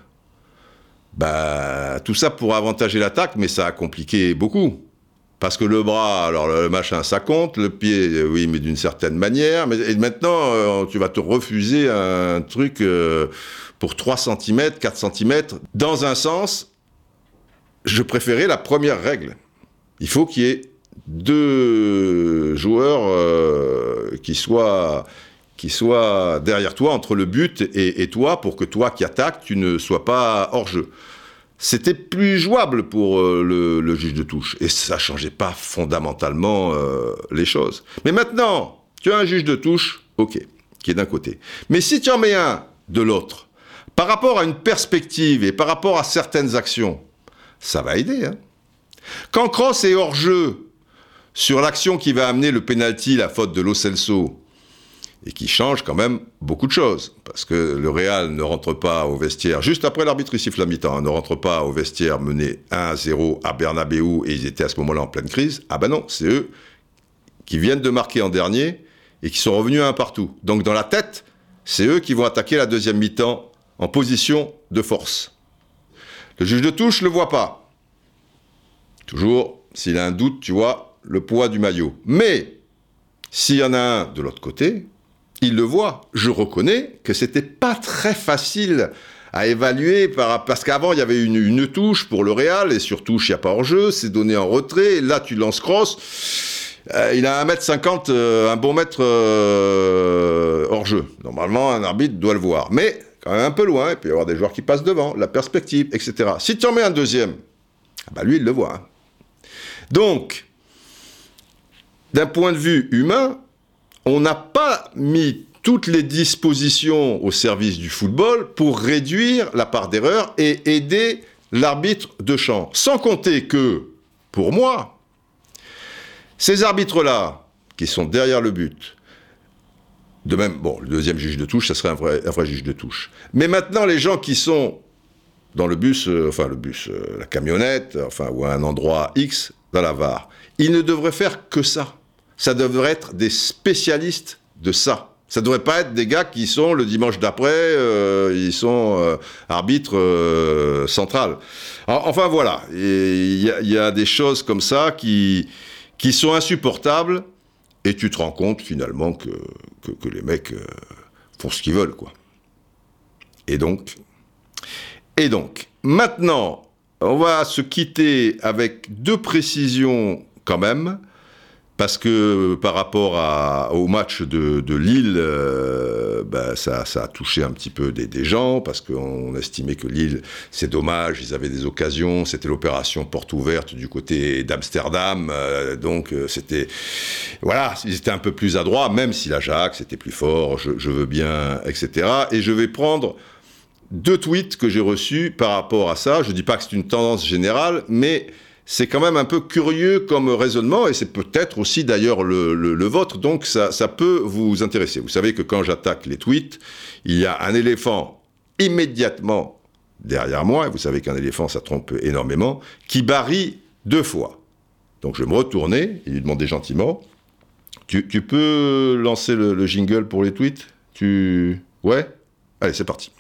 bah, tout ça pour avantager l'attaque, mais ça a compliqué beaucoup. Parce que le bras, alors le machin, ça compte, le pied, oui, mais d'une certaine manière. Mais, et maintenant, euh, tu vas te refuser un truc euh, pour trois centimètres, quatre centimètres. Dans un sens, je préférais la première règle. Il faut qu'il y ait deux joueurs euh, qui soient, qui soient derrière toi, entre le but et, et toi, pour que toi qui attaques, tu ne sois pas hors jeu. C'était plus jouable pour euh, le, le juge de touche. Et ça ne changeait pas fondamentalement euh, les choses. Mais maintenant, tu as un juge de touche, ok, qui est d'un côté. Mais si tu en mets un de l'autre, par rapport à une perspective et par rapport à certaines actions, ça va aider. Hein. Quand Kroos est hors jeu sur l'action qui va amener le pénalty, la faute de Lo Celso, et qui change quand même beaucoup de choses. Parce que le Real ne rentre pas au vestiaire, juste après l'arbitre il siffle la mi-temps, hein, ne rentre pas au vestiaire mené un à zéro à Bernabéu, et ils étaient à ce moment-là en pleine crise. Ah ben non, c'est eux qui viennent de marquer en dernier, et qui sont revenus à un partout. Donc dans la tête, c'est eux qui vont attaquer la deuxième mi-temps en position de force. Le juge de touche ne le voit pas. Toujours, s'il a un doute, tu vois, le poids du maillot. Mais, s'il y en a un de l'autre côté, il le voit. Je reconnais que c'était pas très facile à évaluer, par, parce qu'avant, il y avait une, une touche pour le Real, et sur touche, il n'y a pas hors-jeu, c'est donné en retrait, et là, tu lances Kroos, euh, il a un mètre cinquante, euh, un bon mètre euh, hors-jeu. Normalement, un arbitre doit le voir. Mais, quand même un peu loin, il peut y avoir des joueurs qui passent devant, la perspective, et cetera. Si tu en mets un deuxième, bah lui, il le voit. Hein. Donc, d'un point de vue humain, on n'a pas mis toutes les dispositions au service du football pour réduire la part d'erreur et aider l'arbitre de champ. Sans compter que, pour moi, ces arbitres-là, qui sont derrière le but, de même, bon, le deuxième juge de touche, ça serait un vrai, un vrai juge de touche. Mais maintenant, les gens qui sont dans le bus, euh, enfin le bus, euh, la camionnette, enfin, ou à un endroit X, dans la V A R, ils ne devraient faire que ça. Ça devrait être des spécialistes de ça. Ça ne devrait pas être des gars qui sont, le dimanche d'après, euh, ils sont euh, arbitres euh, central. Enfin, voilà. Il y, y a des choses comme ça qui, qui sont insupportables, et tu te rends compte, finalement, que, que, que les mecs euh, font ce qu'ils veulent, quoi. Et donc, et donc, maintenant, on va se quitter avec deux précisions, quand même, parce que par rapport à, au match de, de Lille, euh, bah, ça, ça a touché un petit peu des, des gens, parce qu'on estimait que Lille, c'est dommage, ils avaient des occasions, c'était l'opération porte ouverte du côté d'Amsterdam, euh, donc euh, c'était, voilà, ils étaient un peu plus adroits, même si l'Ajax était plus fort, je, je veux bien, et cetera. Et je vais prendre deux tweets que j'ai reçus par rapport à ça. Je ne dis pas que c'est une tendance générale, mais c'est quand même un peu curieux comme raisonnement, et c'est peut-être aussi d'ailleurs le, le, le vôtre, donc ça, ça peut vous intéresser. Vous savez que quand j'attaque les tweets, il y a un éléphant immédiatement derrière moi, et vous savez qu'un éléphant ça trompe énormément, qui barille deux fois. Donc je vais me retourner et lui demander gentiment, tu, tu peux lancer le, le jingle pour les tweets ? Tu... Ouais ? Allez, c'est parti.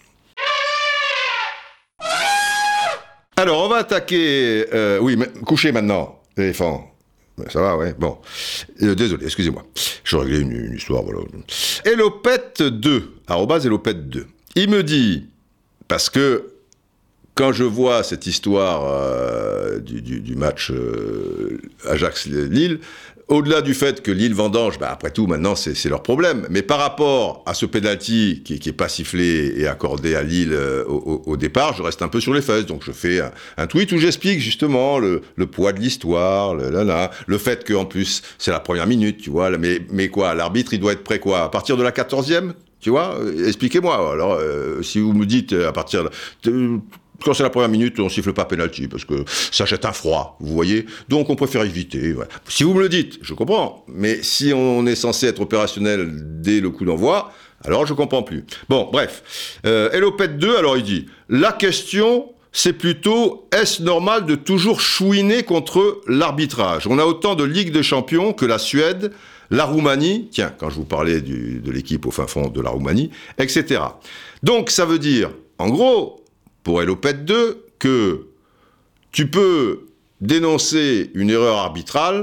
Alors, on va attaquer... Euh, oui, mais couchez maintenant, l'éléphant. Ça va, ouais, bon. Euh, désolé, excusez-moi. Je réglais une, une histoire, voilà. Elopette deux, arrobase Elopette deux. Il me dit, parce que quand je vois cette histoire euh, du, du, du match euh, Ajax-Lille, au-delà du fait que Lille vendange, bah après tout, maintenant, c'est, c'est leur problème. Mais par rapport à ce penalty qui n'est pas sifflé et accordé à Lille euh, au, au départ, je reste un peu sur les fesses. Donc je fais un, un tweet où j'explique justement le, le poids de l'histoire, le, là, là, le fait qu'en plus, c'est la première minute, tu vois. Mais, mais quoi, l'arbitre, il doit être prêt quoi ? À partir de la quatorzième ? Tu vois ? Expliquez-moi. Alors, euh, si vous me dites à partir de... de quand c'est la première minute, on siffle pas penalty parce que ça jette un froid, vous voyez. Donc on préfère éviter. Voilà. Si vous me le dites, je comprends. Mais si on est censé être opérationnel dès le coup d'envoi, alors je comprends plus. Bon, bref. Euh, Elopette deux, alors il dit, la question, c'est plutôt, est-ce normal de toujours chouiner contre l'arbitrage ? On a autant de Ligue des Champions que la Suède, la Roumanie, tiens, quand je vous parlais du, de l'équipe au fin fond de la Roumanie, et cetera. Donc ça veut dire, en gros, pour Elopette deux, que tu peux dénoncer une erreur arbitrale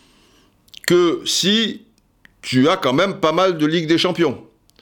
que si tu as quand même pas mal de Ligue des Champions.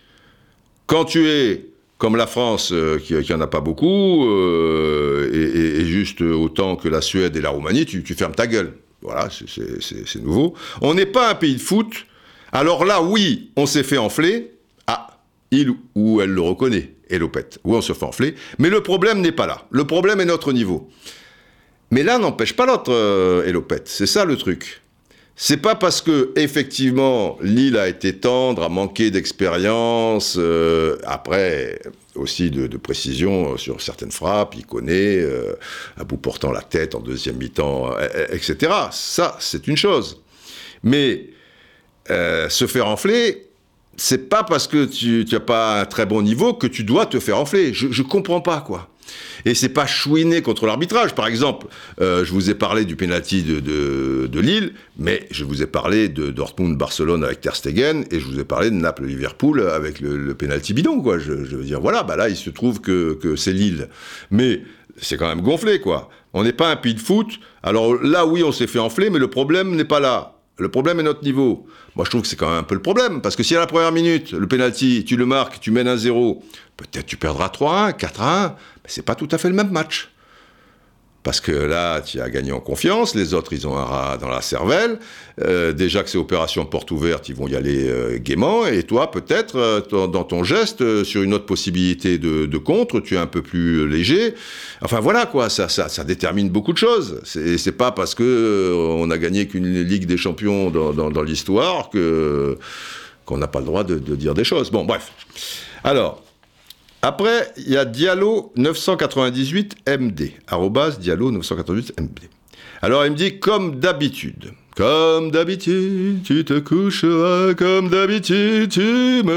Quand tu es comme la France, euh, qui n'en a pas beaucoup, euh, et, et, et juste autant que la Suède et la Roumanie, tu, tu fermes ta gueule. Voilà, c'est, c'est, c'est, c'est nouveau. On n'est pas un pays de foot. Alors là, oui, on s'est fait enfler. Ah, il ou elle le reconnaît. Elopette, où on se fait enfler, mais le problème n'est pas là. Le problème est notre niveau. Mais l'un n'empêche pas l'autre, euh, Elopette. C'est ça le truc. C'est pas parce que, effectivement, Lille a été tendre, a manqué d'expérience, euh, après, aussi de, de précision sur certaines frappes, il connaît, euh, à bout portant la tête en deuxième mi-temps, et cetera. Ça, c'est une chose. Mais euh, se faire enfler, c'est pas parce que tu n'as pas un très bon niveau que tu dois te faire enfler. Je, je comprends pas, quoi. Et c'est pas chouiner contre l'arbitrage. Par exemple, euh, je vous ai parlé du penalty de, de, de Lille, mais je vous ai parlé de Dortmund-Barcelone avec Ter Stegen, et je vous ai parlé de Naples-Liverpool avec le, le penalty bidon, quoi. Je, je veux dire, voilà, bah là, il se trouve que, que c'est Lille. Mais c'est quand même gonflé, quoi. On n'est pas un pays de foot. Alors là, oui, on s'est fait enfler, mais le problème n'est pas là. Le problème est notre niveau. Moi, je trouve que c'est quand même un peu le problème, parce que si à la première minute, le penalty, tu le marques, tu mènes un zéro, peut-être tu perdras trois à un, quatre à un, mais c'est pas tout à fait le même match. Parce que là, tu as gagné en confiance, les autres, ils ont un rat dans la cervelle. Euh, déjà que c'est opération porte ouverte, ils vont y aller euh, gaiement. Et toi, peut-être, euh, t- dans ton geste, euh, sur une autre possibilité de, de contre, tu es un peu plus léger. Enfin voilà, quoi, ça, ça, ça détermine beaucoup de choses. C'est, c'est pas parce que euh, on a gagné qu'une Ligue des Champions dans, dans, dans l'histoire que, qu'on n'a pas le droit de, de dire des choses. Bon, bref. Alors... Après, il y a Diallo neuf cent quatre-vingt-dix-huit M D, arrobase Diallo neuf cent quatre-vingt-dix-huit M D. Alors, il me dit, comme d'habitude, comme d'habitude, tu te coucheras, comme d'habitude, tu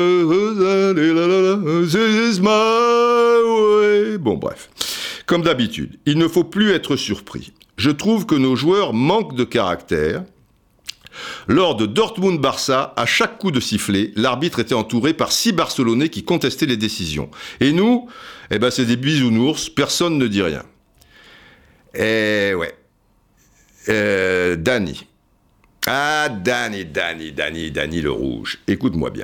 me... This is my way. Bon, bref. Comme d'habitude, il ne faut plus être surpris. Je trouve que nos joueurs manquent de caractère. Lors de Dortmund-Barça, à chaque coup de sifflet, l'arbitre était entouré par six Barcelonais qui contestaient les décisions. Et nous, eh ben c'est des bisounours, personne ne dit rien. Eh ouais. Euh, Danny. Ah, Danny, Danny, Danny, Danny le rouge. Écoute-moi bien.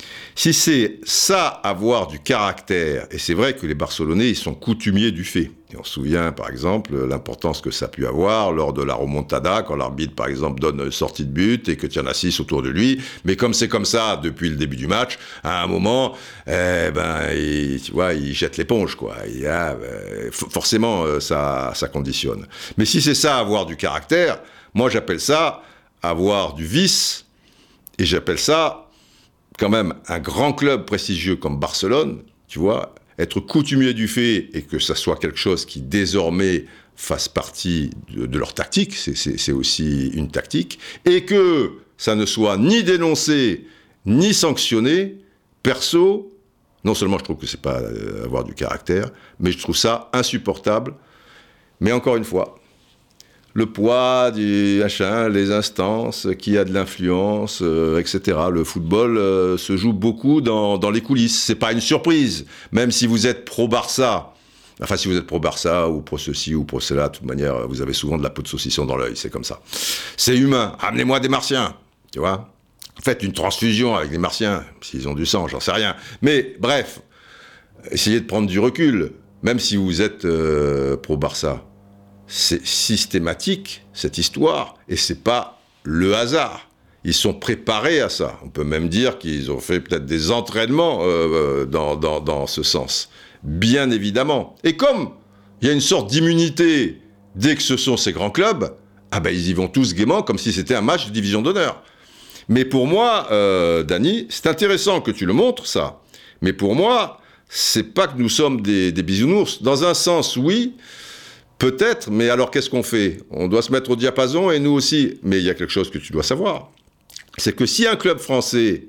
Si c'est ça, avoir du caractère, et c'est vrai que les Barcelonais, ils sont coutumiers du fait. Et on se souvient, par exemple, l'importance que ça a pu avoir lors de la remontada, quand l'arbitre, par exemple, donne une sortie de but et que tu en as six autour de lui. Mais comme c'est comme ça depuis le début du match, à un moment, eh ben, il, tu vois, il jette l'éponge, quoi. Il y a, euh, forcément, ça, ça conditionne. Mais si c'est ça, avoir du caractère, moi, j'appelle ça avoir du vice, et j'appelle ça quand même un grand club prestigieux comme Barcelone, tu vois, être coutumier du fait et que ça soit quelque chose qui désormais fasse partie de, de leur tactique, c'est, c'est, c'est aussi une tactique, et que ça ne soit ni dénoncé ni sanctionné, perso, non seulement je trouve que c'est pas euh, avoir du caractère, mais je trouve ça insupportable. Mais encore une fois, le poids du machin, les instances, qui a de l'influence, euh, et cetera. Le football euh, se joue beaucoup dans, dans les coulisses. C'est pas une surprise, même si vous êtes pro-Barça. Enfin, si vous êtes pro-Barça ou pro-ceci ou pro-cela, de toute manière, vous avez souvent de la peau de saucisson dans l'œil, c'est comme ça. C'est humain. Amenez-moi des Martiens, tu vois. Faites une transfusion avec des Martiens, s'ils ont du sang, j'en sais rien. Mais bref, essayez de prendre du recul, même si vous êtes euh, pro-Barça. C'est systématique, cette histoire, et c'est pas le hasard. Ils sont préparés à ça. On peut même dire qu'ils ont fait peut-être des entraînements euh, dans, dans, dans ce sens. Bien évidemment. Et comme il y a une sorte d'immunité dès que ce sont ces grands clubs, ah ben ils y vont tous gaiement comme si c'était un match de division d'honneur. Mais pour moi, euh, Dany, c'est intéressant que tu le montres, ça. Mais pour moi, c'est pas que nous sommes des, des bisounours. Dans un sens, oui, peut-être, mais alors qu'est-ce qu'on fait? On doit se mettre au diapason et nous aussi. Mais il y a quelque chose que tu dois savoir. C'est que si un club français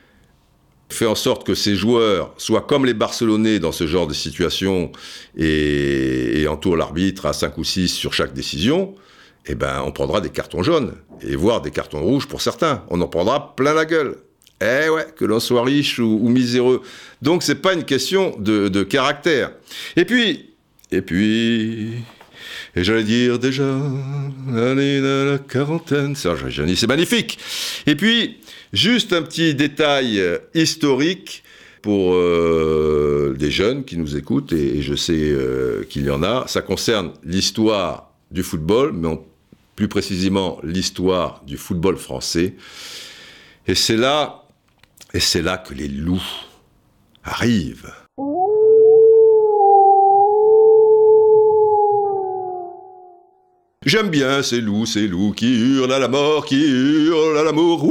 fait en sorte que ses joueurs soient comme les Barcelonais dans ce genre de situation et, et entoure l'arbitre à cinq ou six sur chaque décision, eh ben, on prendra des cartons jaunes et voire des cartons rouges pour certains. On en prendra plein la gueule. Eh ouais, que l'on soit riche ou, ou miséreux. Donc c'est pas une question de, de caractère. Et puis, et puis... Et j'allais dire déjà, l'année de la quarantaine, Serge Reggiani, c'est magnifique. Et puis, juste un petit détail historique pour euh, des jeunes qui nous écoutent, et, et je sais euh, qu'il y en a. Ça concerne l'histoire du football, mais on, plus précisément l'histoire du football français. Et c'est là, et c'est là que les loups arrivent. J'aime bien ces loups, ces loups qui hurlent à la mort, qui hurlent à l'amour.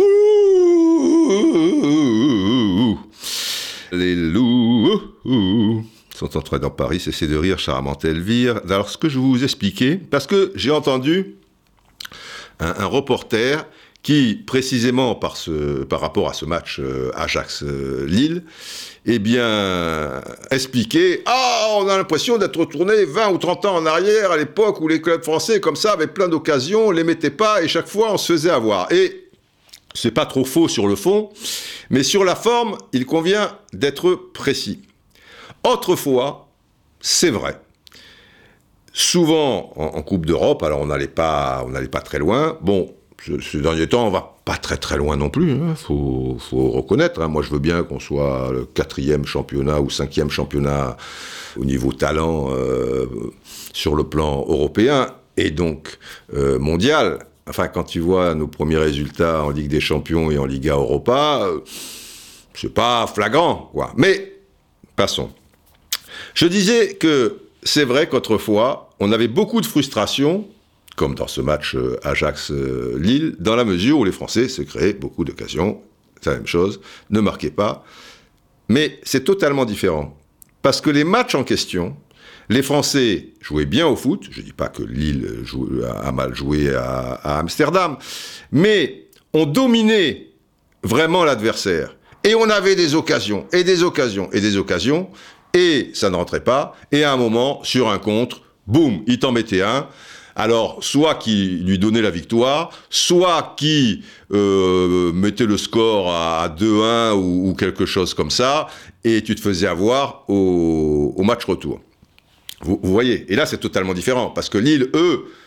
Ouh, les loups ouh, sont entrés dans Paris, cessez de rire, charmante Elvire. Alors, ce que je vais vous expliquer, parce que j'ai entendu un, un reporter qui, précisément par, ce, par rapport à ce match euh, Ajax-Lille, eh bien, expliquait « Ah, on a l'impression d'être retourné vingt ou trente ans en arrière, à l'époque où les clubs français, comme ça, avaient plein d'occasions, on les mettait pas, et chaque fois, on se faisait avoir. » Et c'est pas trop faux sur le fond, mais sur la forme, il convient d'être précis. Autrefois, c'est vrai. Souvent, en, en Coupe d'Europe, alors on n'allait pas, on n'allait pas très loin, bon, ces derniers temps, on va pas très très loin non plus, hein, faut, faut reconnaître. Hein. Moi, je veux bien qu'on soit le quatrième championnat ou cinquième championnat au niveau talent euh, sur le plan européen et donc euh, mondial. Enfin, quand tu vois nos premiers résultats en Ligue des Champions et en Liga Europa, euh, c'est pas flagrant, quoi. Mais passons. Je disais que c'est vrai qu'autrefois, on avait beaucoup de frustration, comme dans ce match euh, Ajax-Lille, dans la mesure où les Français se créaient beaucoup d'occasions, c'est la même chose, ne marquaient pas. Mais c'est totalement différent. Parce que les matchs en question, les Français jouaient bien au foot, je ne dis pas que Lille joue, a mal joué à, à Amsterdam, mais on dominait vraiment l'adversaire. Et on avait des occasions, et des occasions, et des occasions, et ça ne rentrait pas, et à un moment, sur un contre, boum, il t'en mettait un. Alors, soit qui lui donnait la victoire, soit qui euh, mettait le score à, à deux un ou, ou quelque chose comme ça, et tu te faisais avoir au, au match retour. Vous, vous voyez, et là c'est totalement différent, parce que Lille, eux,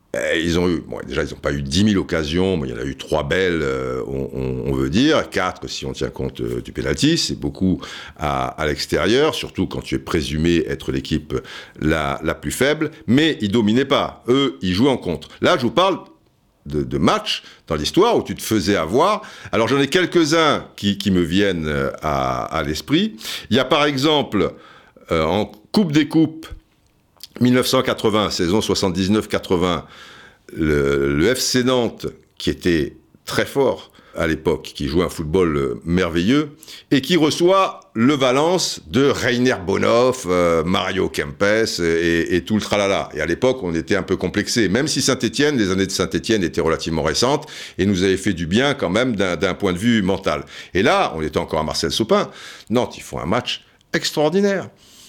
Et ils ont eu, bon, déjà, ils n'ont pas eu dix mille occasions, mais il y en a eu trois belles, euh, on, on, on veut dire, quatre si on tient compte euh, du pénalty, c'est beaucoup à, à l'extérieur, surtout quand tu es présumé être l'équipe la, la plus faible, mais ils dominaient pas, eux, ils jouaient en contre. Là, je vous parle de, de matchs dans l'histoire où tu te faisais avoir. Alors, j'en ai quelques-uns qui, qui me viennent à, à l'esprit. Il y a par exemple, euh, en Coupe des Coupes, dix-neuf cent quatre-vingts, saison soixante-dix-neuf quatre-vingts, le, le F C Nantes, qui était très fort à l'époque, qui jouait un football merveilleux, et qui reçoit le Valence de Rainer Bonhoff, euh, Mario Kempes et, et tout le tralala. Et à l'époque, on était un peu complexé, même si Saint-Étienne, les années de Saint-Étienne étaient relativement récentes, et nous avaient fait du bien quand même d'un, d'un point de vue mental. Et là, on était encore à Marcel Sopin, Nantes, ils font un match extraordinaire.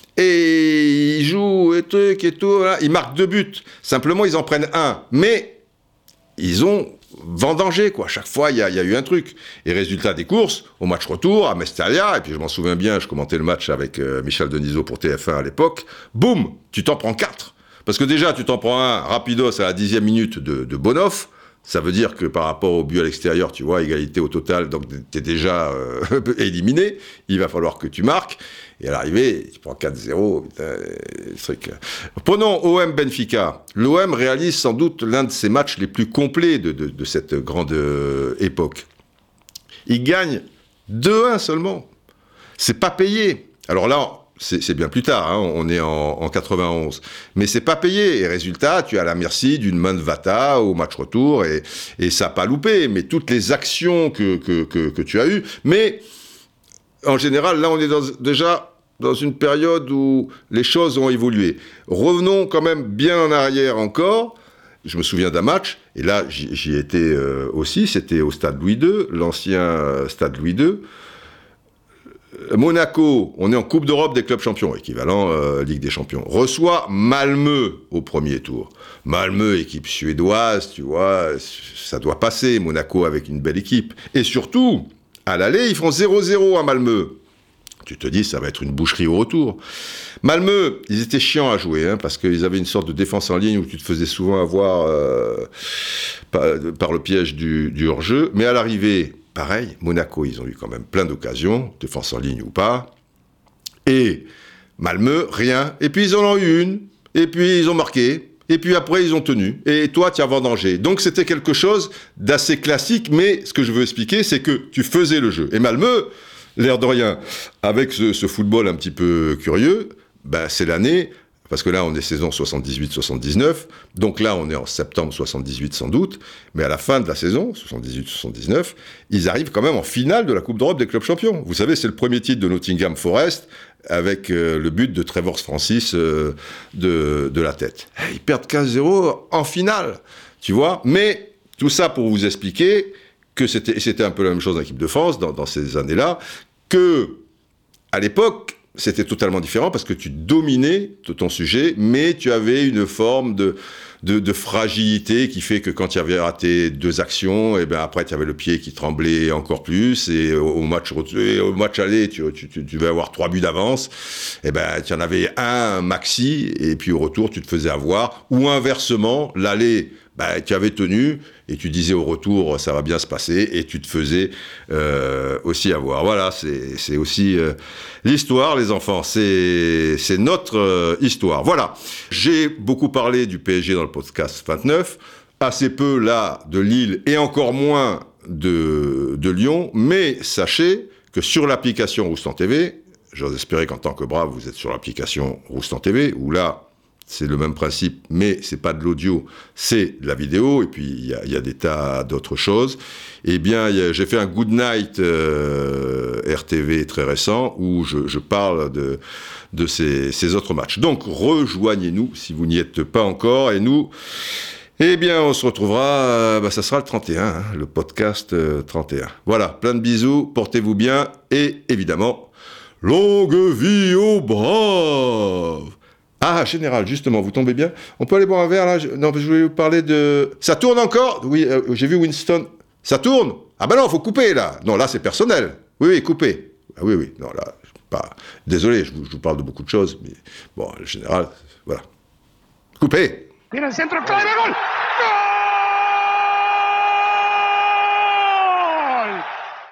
Et ils jouent et truc et tout, voilà. Ils marquent deux buts. Simplement, ils en prennent un. Mais ils ont vendangé, quoi. Chaque fois, il y, y a eu un truc. Et résultat des courses, au match retour, à Mestalla, et puis je m'en souviens bien, je commentais le match avec euh, Michel Denisot pour T F un à l'époque, boum, tu t'en prends quatre. Parce que déjà, tu t'en prends un rapidos à la dixième minute de, de Bonhoff. Ça veut dire que par rapport au but à l'extérieur, tu vois, égalité au total, donc t'es déjà euh, éliminé. Il va falloir que tu marques. Et à l'arrivée, tu prends quatre zéro. Putain, truc. Prenons O M Benfica. L'O M réalise sans doute l'un de ses matchs les plus complets de, de, de cette grande euh, époque. Il gagne deux un seulement. C'est pas payé. Alors là, c'est, c'est bien plus tard, hein, on est en, en quatre-vingt-onze. Mais c'est pas payé. Et résultat, tu es à la merci d'une main de Vata au match retour. Et, et ça n'a pas loupé. Mais toutes les actions que, que, que, que tu as eues. Mais en général, là, on est dans, déjà dans une période où les choses ont évolué. Revenons quand même bien en arrière encore. Je me souviens d'un match, et là, j'y, j'y étais euh, aussi, c'était au Stade Louis deux, l'ancien Stade Louis deux. Monaco, on est en Coupe d'Europe des clubs champions, équivalent euh, Ligue des Champions, reçoit Malmö au premier tour. Malmö, équipe suédoise, tu vois, ça doit passer, Monaco avec une belle équipe. Et surtout, à l'aller, ils font zéro zéro à Malmö. Tu te dis, ça va être une boucherie au retour. Malmö, ils étaient chiants à jouer, hein, parce qu'ils avaient une sorte de défense en ligne où tu te faisais souvent avoir euh, par, par le piège du, du hors-jeu. Mais à l'arrivée, pareil, Monaco, ils ont eu quand même plein d'occasions, défense en ligne ou pas. Et Malmö, rien. Et puis ils en ont eu une. Et puis ils ont marqué. Et puis après, ils ont tenu. Et toi, tu as vendangé. Donc c'était quelque chose d'assez classique. Mais ce que je veux expliquer, c'est que tu faisais le jeu. Et Malmö, l'air de rien, avec ce, ce football un petit peu curieux, ben c'est l'année, parce que là on est saison soixante-dix-huit soixante-dix-neuf, donc là on est en septembre soixante-dix-huit sans doute, mais à la fin de la saison, soixante-dix-huit soixante-dix-neuf, ils arrivent quand même en finale de la Coupe d'Europe des clubs champions. Vous savez, c'est le premier titre de Nottingham Forest, avec euh, le but de Trevor Francis euh, de, de la tête. Hey, ils perdent quinze zéro en finale, tu vois, mais tout ça pour vous expliquer que c'était, c'était un peu la même chose en équipe de France dans, dans ces années-là, que à l'époque, c'était totalement différent parce que tu dominais ton sujet, mais tu avais une forme de, de, de fragilité qui fait que quand tu avais raté deux actions, et ben après tu avais le pied qui tremblait encore plus, et au match, et au match aller, tu, tu, tu devais avoir trois buts d'avance, et ben tu en avais un maxi, et puis au retour tu te faisais avoir, ou inversement, l'aller, ben, tu avais tenu, et tu disais au retour, ça va bien se passer, et tu te faisais euh, aussi avoir. Voilà, c'est, c'est aussi euh, l'histoire, les enfants, c'est, c'est notre euh, histoire. Voilà, j'ai beaucoup parlé du P S G dans le podcast vingt-neuf, assez peu là de Lille, et encore moins de, de Lyon, mais sachez que sur l'application Roustan T V, j'ose espérer qu'en tant que brave, vous êtes sur l'application Roustan T V, où là, c'est le même principe, mais c'est pas de l'audio, c'est de la vidéo, et puis il y a, y a des tas d'autres choses. Eh bien, y a, j'ai fait un Good Night euh, R T V très récent, où je, je parle de, de ces, ces autres matchs. Donc, rejoignez-nous si vous n'y êtes pas encore, et nous, eh bien, on se retrouvera, euh, bah, ça sera le trente et un, hein, le podcast euh, trente et un. Voilà, plein de bisous, portez-vous bien, et évidemment, longue vie aux braves! Ah, Général, justement, vous tombez bien. On peut aller boire un verre, là? Non, je voulais vous parler de... Ça tourne encore? Oui, euh, j'ai vu Winston. Ça tourne? Ah ben non, il faut couper, là. Non, là, c'est personnel. Oui, oui, couper. Ah oui, oui, non, là, pas... Désolé, je vous, je vous parle de beaucoup de choses, mais bon, le Général, voilà. Coupez! Tira el centro, clave, gol!